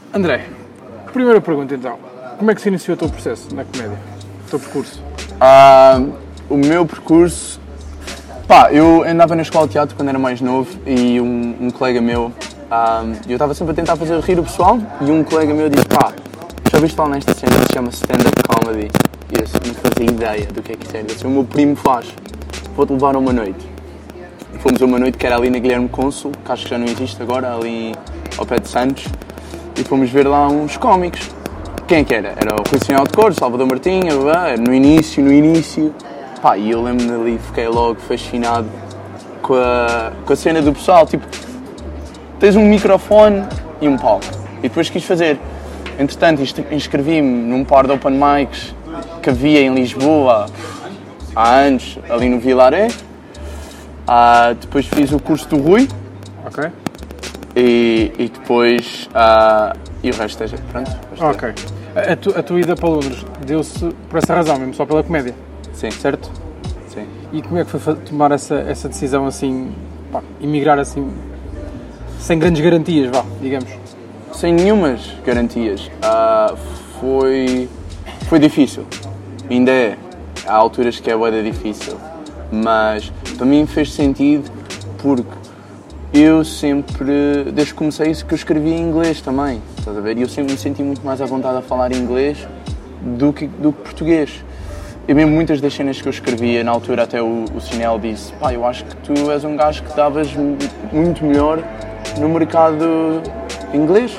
André, primeira pergunta então. Como é que se iniciou o teu processo na comédia? O teu percurso? O meu percurso... eu andava na escola de teatro quando era mais novo e um colega meu... eu estava sempre a tentar fazer rir o pessoal e um colega meu disse: já ouviste falar nesta cena que se chama stand-up comedy? E eu não fazia ideia do que é que isso era. Ele disse: o meu primo faz, vou-te levar a uma noite. E fomos a uma noite que era ali na Guilherme Cônsul, que acho que já não existe agora, ali ao pé de Santos, e fomos ver lá uns cómicos. Quem é que era? Era o Rui Sinal de Cor, Salvador Martinha, era no início. E eu lembro-me ali, fiquei logo fascinado com a cena do pessoal, tipo, tens um microfone e um palco. E depois quis fazer. Entretanto, inscrevi-me num par de open mics que havia em Lisboa há anos, ali no Vilaré. Depois fiz o curso do Rui. Ok. E depois... e o resto é... Pronto. Ok. A tua ida para Londres deu-se por essa razão mesmo, só pela comédia? Sim. Certo? Sim. E como é que foi tomar essa decisão assim, emigrar assim, sem grandes garantias, digamos? Sem nenhumas garantias. Foi difícil. Ainda é. Há alturas que é bué difícil. Mas para mim fez sentido porque eu sempre, desde que comecei isso, que eu escrevia em inglês também. Estás a ver? E eu sempre me senti muito mais à vontade a falar inglês do que português. E mesmo muitas das cenas que eu escrevia, na altura até o Sinel disse: eu acho que tu és um gajo que davas muito melhor no mercado inglês.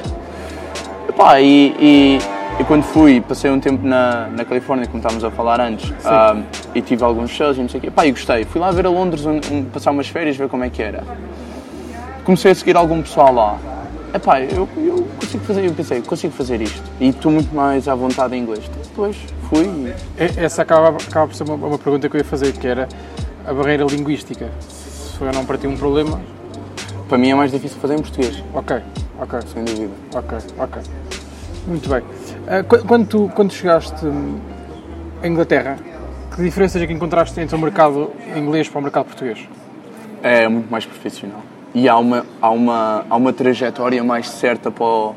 E quando fui, passei um tempo na Califórnia, como estávamos a falar antes, e tive alguns shows e não sei o quê. E gostei. Fui lá ver a Londres, passar umas férias, ver como é que era. Comecei a seguir algum pessoal lá. Eu consigo fazer, eu pensei, consigo fazer isto. E estou muito mais à vontade em inglês. Depois fui. Essa acaba por ser uma pergunta que eu ia fazer, que era a barreira linguística. Se foi ou não para ti um problema? Para mim é mais difícil fazer em português. Ok. Sem dúvida. Ok. Muito bem. Quando chegaste à Inglaterra, que diferenças é que encontraste entre o mercado inglês para o mercado português? É muito mais profissional. E há uma trajetória mais certa para o...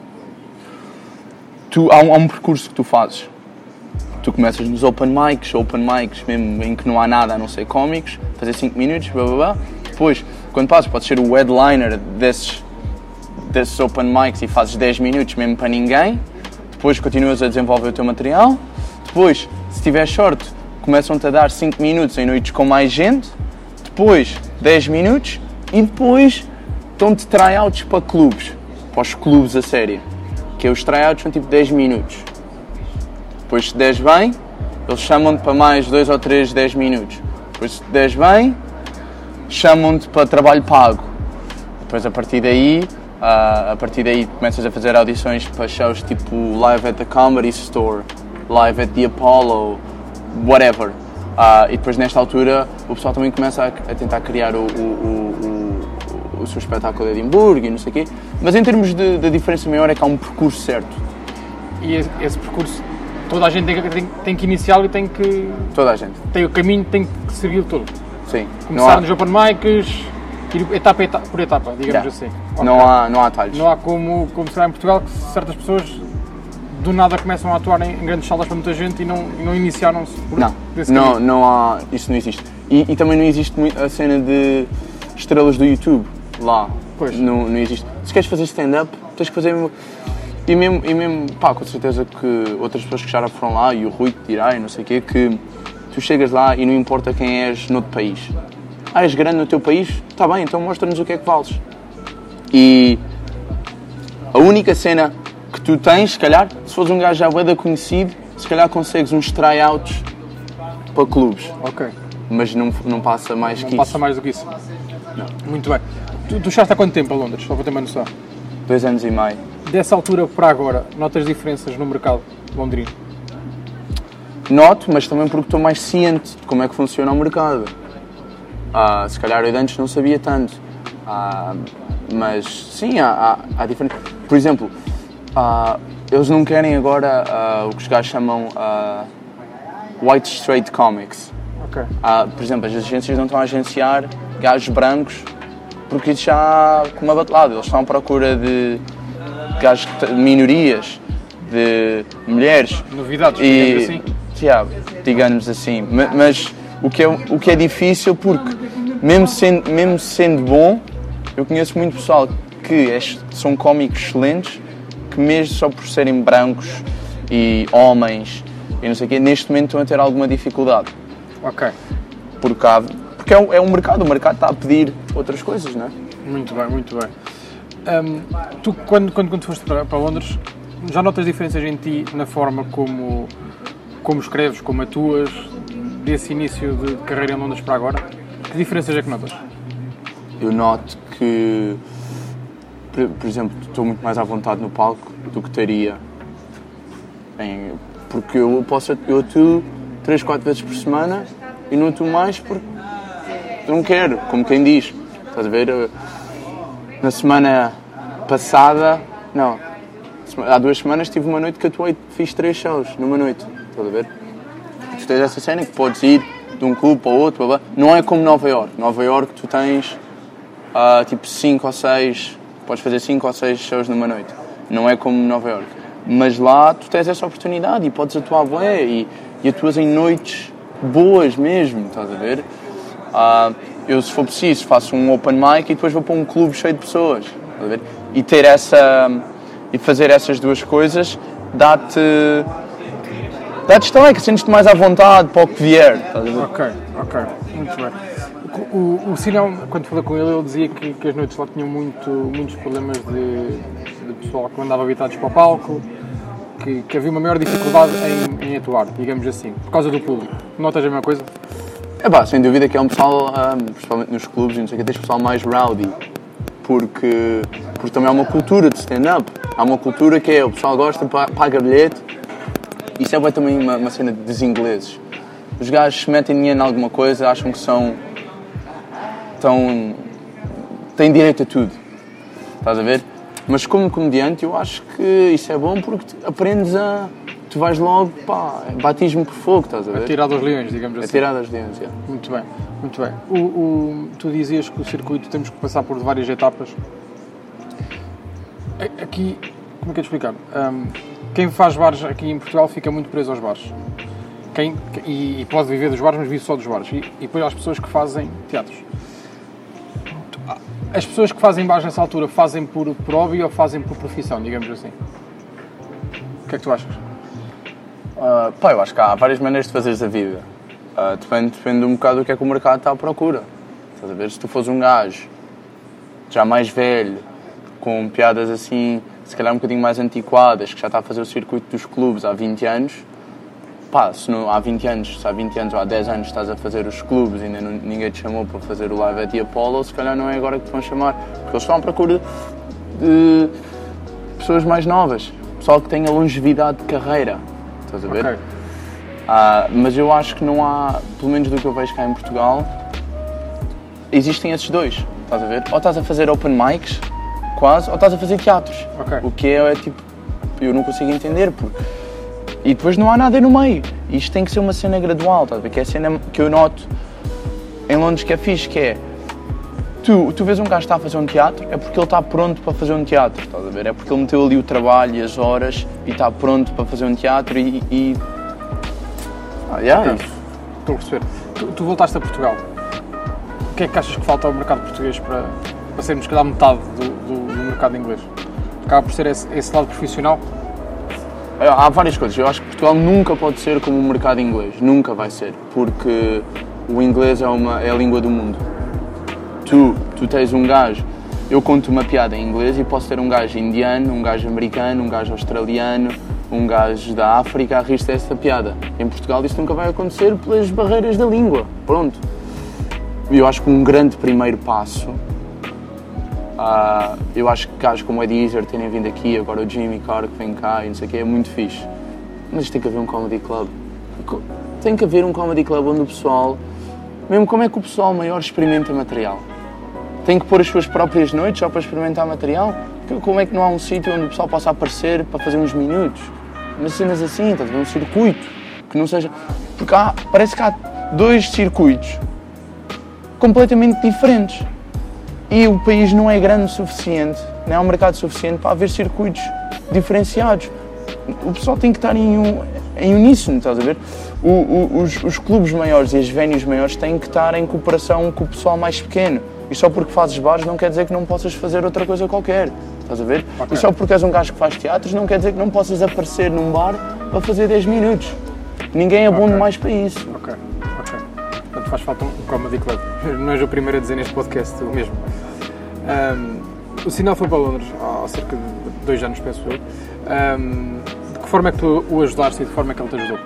Há um percurso que tu fazes. Tu começas nos open mics mesmo em que não há nada a não ser cómicos, fazer 5 minutos, blá blá blá. Depois, quando passas, podes ser o headliner desses open mics e fazes 10 minutos mesmo para ninguém. Depois continuas a desenvolver o teu material. Depois, se tiver sorte, começam-te a dar 5 minutos em noites com mais gente. Depois, 10 minutos. E depois, dão-te tryouts para clubes. Para os clubes a sério. Que os tryouts são tipo 10 minutos. Depois, se 10 bem, eles chamam-te para mais 2 ou 3 10 minutos. Depois, se 10 bem, chamam-te para trabalho pago. Depois, a partir daí começas a fazer audições para shows tipo Live at the Comedy Store, Live at the Apollo, whatever. E depois nesta altura o pessoal também começa a tentar criar o seu espetáculo de Edimburgo e não sei o quê. Mas em termos de diferença maior é que há um percurso certo. E esse percurso, toda a gente tem que iniciá-lo e tem que... Toda a gente. Tem o caminho, tem que seguir todo. Sim. Começar nos open mics, ir etapa por etapa, digamos assim. Okay. Não há atalhos. Não há como será em Portugal, que certas pessoas do nada começam a atuar em grandes salas para muita gente e não iniciaram-se por esse caminho. Não há, isso não existe. E também não existe muito a cena de estrelas do YouTube lá. Pois. Não existe. Se queres fazer stand-up, tens que fazer... E mesmo, com certeza que outras pessoas que já foram lá, e o Rui te dirá, e não sei o quê, que tu chegas lá e não importa quem és noutro país. És grande no teu país? Está bem, então mostra-nos o que é que vales. E a única cena que tu tens, se calhar, se fores um gajo já bué conhecido, se calhar consegues uns tryouts para clubes. Ok. Mas não passa mais que isso. Não passa mais do que isso? Não. Muito bem. Tu chegaste há quanto tempo a Londres? Só para ter uma noção. 2 anos e meio. Dessa altura para agora, notas diferenças no mercado londrino? Noto, mas também porque estou mais ciente de como é que funciona o mercado. Se calhar eu antes não sabia tanto. Mas sim, há diferença. Por exemplo, eles não querem agora o que os gajos chamam white straight comics. Okay. Por exemplo, as agências não estão a agenciar gajos brancos porque isso já com uma batelada. Eles estão à procura de gajos, minorias, de mulheres. Novidades, digamos assim. Yeah, digamos assim. Mas o que é difícil, porque mesmo sendo bom, eu conheço muito pessoal que são cómicos excelentes, que mesmo só por serem brancos e homens e não sei o quê, neste momento estão a ter alguma dificuldade. Ok. Porque é um mercado, o mercado está a pedir outras coisas, não é? Muito bem, muito bem. Tu, quando foste para Londres, já notas diferenças em ti na forma como escreves, como atuas, desse início de carreira em Londres para agora? Que diferenças é que notas? Eu noto que, por exemplo, estou muito mais à vontade no palco do que estaria porque eu atuo 3, 4 vezes por semana e não atuo mais porque não quero, como quem diz. Estás a ver? Na semana passada, não, há 2 semanas tive uma noite que atuei, fiz 3 shows numa noite. Estás a ver? Tu tens essa cena que podes ir de um clube para o outro, blá, blá. Não é como Nova Iorque. Nova Iorque tu tens tipo 5 ou 6, podes fazer 5 ou 6 shows numa noite. Não é como Nova Iorque. Mas lá tu tens essa oportunidade e podes atuar bué e atuas em noites boas mesmo, estás a ver? Eu, se for preciso, faço um open mic e depois vou para um clube cheio de pessoas, estás a ver? E fazer essas duas coisas dá-te estaleca, sentes-te mais à vontade para o que vier, estás a ver? Ok, muito bem. O Sinão, quando falei com ele dizia que as noites lá tinham muitos problemas de pessoal que andava habitados para o palco, que havia uma maior dificuldade em atuar, digamos assim, por causa do público. Notas a mesma coisa? Sem dúvida que é um pessoal, principalmente nos clubes, não sei o que, tens pessoal mais rowdy, porque também há uma cultura de stand-up, há uma cultura que o pessoal gosta, paga bilhete, isso é também uma cena dos ingleses. Os gajos se metem dinheiro em alguma coisa, acham que têm direito a tudo, estás a ver? Mas como comediante eu acho que isso é bom porque aprendes tu vais logo, batismo por fogo, estás a ver? Atirar dos leões, digamos assim. Atirar dos leões, é. Muito bem, muito bem. Tu dizias que o circuito temos que passar por várias etapas. Aqui, como é que é de explicar? Quem faz bares aqui em Portugal fica muito preso aos bares. E pode viver dos bares, mas vive só dos bares. E depois há as pessoas que fazem teatros. As pessoas que fazem bares nessa altura fazem por hobby ou fazem por profissão, digamos assim? O que é que tu achas? Eu acho que há várias maneiras de fazeres a vida. Depende um bocado do que é que o mercado está à procura. Estás a ver? Se tu fores um gajo já mais velho, com piadas assim, se calhar um bocadinho mais antiquadas, que já está a fazer o circuito dos clubes há 20 anos, se há 20 anos ou há 10 anos estás a fazer os clubes e ainda ninguém te chamou para fazer o Live at the Apollo, se calhar não é agora que te vão chamar, porque eles estão à procura de pessoas mais novas, pessoal que tenha longevidade de carreira, estás a ver? Okay. Mas eu acho que não há, pelo menos do que eu vejo cá em Portugal, existem esses dois, estás a ver? Ou estás a fazer open mics, quase, ou estás a fazer teatros, o que é tipo, eu não consigo entender, e depois não há nada no meio. Isto tem que ser uma cena gradual, estás a ver? Que é a cena que eu noto em Londres que é fixe, que é... Tu vês um gajo que está a fazer um teatro, é porque ele está pronto para fazer um teatro, estás a ver? É porque ele meteu ali o trabalho e as horas e está pronto para fazer um teatro é isso. Estou a perceber. Tu voltaste a Portugal. O que é que achas que falta ao mercado português para sermos, se calhar, metade do mercado inglês? Acaba por ser esse lado profissional? Há várias coisas. Eu acho que Portugal nunca pode ser como o mercado inglês. Nunca vai ser. Porque o inglês é a língua do mundo. Tu tens um gajo... Eu conto uma piada em inglês e posso ter um gajo indiano, um gajo americano, um gajo australiano, um gajo da África a rir-se dessa piada. Em Portugal isso nunca vai acontecer pelas barreiras da língua. Pronto. E eu acho que um grande primeiro passo... eu acho que gajos como o Eddie Izzard terem vindo aqui, agora o Jimmy Carr que vem cá e não sei o que, é muito fixe. Mas tem que haver um comedy club. Tem que haver um comedy club onde o pessoal... Mesmo como é que o pessoal maior experimenta material? Tem que pôr as suas próprias noites só para experimentar material? Como é que não há um sítio onde o pessoal possa aparecer para fazer uns minutos? Umas cenas assim, estás a ver? Um circuito. Que não seja... Porque parece que há 2 circuitos completamente diferentes. E o país não é grande o suficiente, não é um mercado suficiente para haver circuitos diferenciados. O pessoal tem que estar em uníssono, estás a ver? Os clubes maiores e as venues maiores têm que estar em cooperação com o pessoal mais pequeno. E só porque fazes bares não quer dizer que não possas fazer outra coisa qualquer, estás a ver? Okay. E só porque és um gajo que faz teatros não quer dizer que não possas aparecer num bar para fazer 10 minutos. Ninguém é bom demais para isso. Ok. Portanto, faz falta um comedy club. Não és o primeiro a dizer neste podcast o mesmo. O Sinal foi para Londres há cerca de 2 anos, penso eu. De que forma é que tu o ajudaste e de que forma é que ele te ajudou?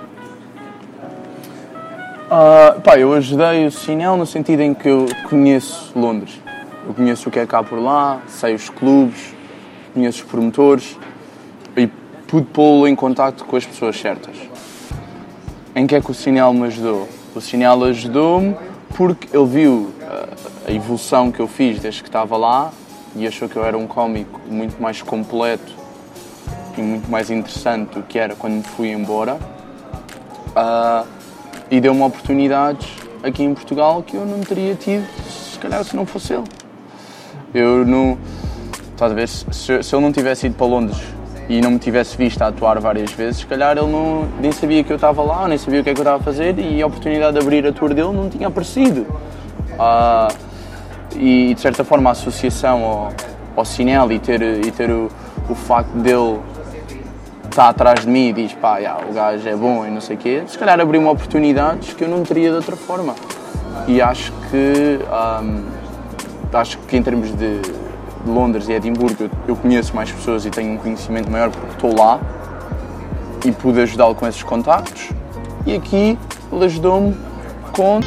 Eu ajudei o Sinel no sentido em que eu conheço Londres. Eu conheço o que é cá por lá, sei os clubes, conheço os promotores e pude pô-lo em contacto com as pessoas certas. Em que é que o Sinel me ajudou? O Sinel ajudou-me porque ele viu a evolução que eu fiz desde que estava lá e achou que eu era um cómico muito mais completo e muito mais interessante do que era quando me fui embora. E deu-me oportunidades aqui em Portugal que eu não teria tido, se calhar, se não fosse ele. Eu não... Estás a ver? Se ele não tivesse ido para Londres e não me tivesse visto a atuar várias vezes, se calhar ele nem sabia que eu estava lá, nem sabia o que é que eu estava a fazer e a oportunidade de abrir a tour dele não tinha aparecido. E, de certa forma, a associação ao Sinel e ter o facto dele está atrás de mim e diz, o gajo é bom e não sei o quê, se calhar abriu-me oportunidades que eu não teria de outra forma. E acho que em termos de Londres e Edimburgo eu conheço mais pessoas e tenho um conhecimento maior porque estou lá e pude ajudá-lo com esses contactos. E aqui ele ajudou-me com...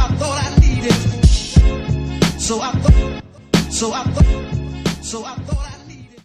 So I thought